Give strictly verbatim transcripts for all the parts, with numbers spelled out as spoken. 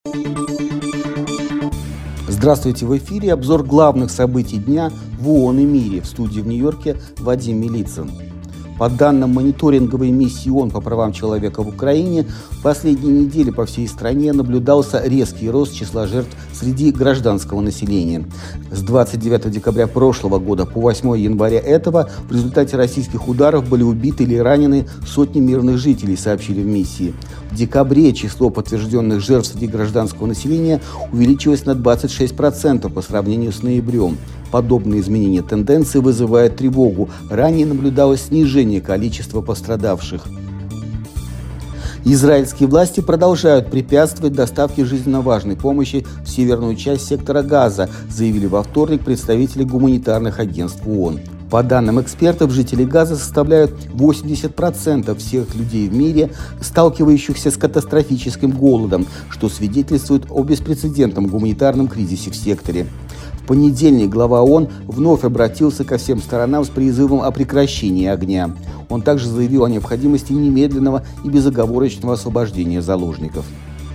Здравствуйте, в эфире обзор главных событий дня в ООН и мире. В студии в Нью-Йорке Вадим Милицын. По данным мониторинговой миссии ООН по правам человека в Украине, в последние недели по всей стране наблюдался резкий рост числа жертв среди гражданского населения. С двадцать девятого декабря прошлого года по восьмое января этого в результате российских ударов были убиты или ранены сотни мирных жителей, сообщили в миссии. В декабре число подтвержденных жертв среди гражданского населения увеличилось на двадцать шесть процентов по сравнению с ноябрем. Подобные изменения тенденции вызывают тревогу. Ранее наблюдалось снижение количества пострадавших. Израильские власти продолжают препятствовать доставке жизненно важной помощи в северную часть сектора Газа, заявили во вторник представители гуманитарных агентств ООН. По данным экспертов, жители Газа составляют восемьдесят процентов всех людей в мире, сталкивающихся с катастрофическим голодом, что свидетельствует о беспрецедентном гуманитарном кризисе в секторе. В понедельник глава ООН вновь обратился ко всем сторонам с призывом о прекращении огня. Он также заявил о необходимости немедленного и безоговорочного освобождения заложников.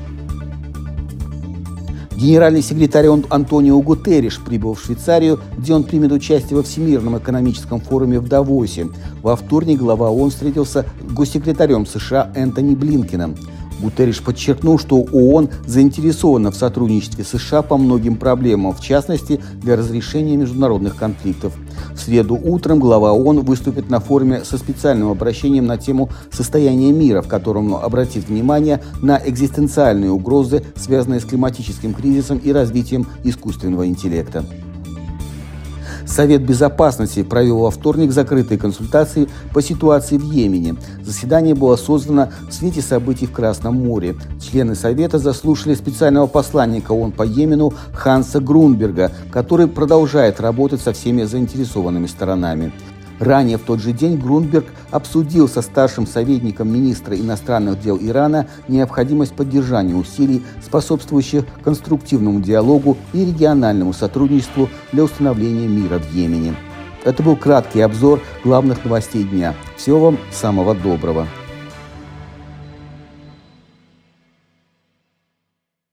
Генеральный секретарь ООН Антонио Гутерриш прибыл в Швейцарию, где он примет участие во Всемирном экономическом форуме в Давосе. Во вторник глава ООН встретился с госсекретарем США Энтони Блинкеном. Гутерриш подчеркнул, что ООН заинтересована в сотрудничестве США по многим проблемам, в частности, для разрешения международных конфликтов. В среду утром глава ООН выступит на форуме со специальным обращением на тему состояния мира, в котором обратит внимание на экзистенциальные угрозы, связанные с климатическим кризисом и развитием искусственного интеллекта. Совет Безопасности провел во вторник закрытые консультации по ситуации в Йемене. Заседание было создано в свете событий в Красном море. Члены Совета заслушали специального посланника ООН по Йемену Ханса Грунберга, который продолжает работать со всеми заинтересованными сторонами. Ранее в тот же день Грунберг обсудил со старшим советником министра иностранных дел Ирана необходимость поддержания усилий, способствующих конструктивному диалогу и региональному сотрудничеству для установления мира в Йемене. Это был краткий обзор главных новостей дня. Всего вам самого доброго.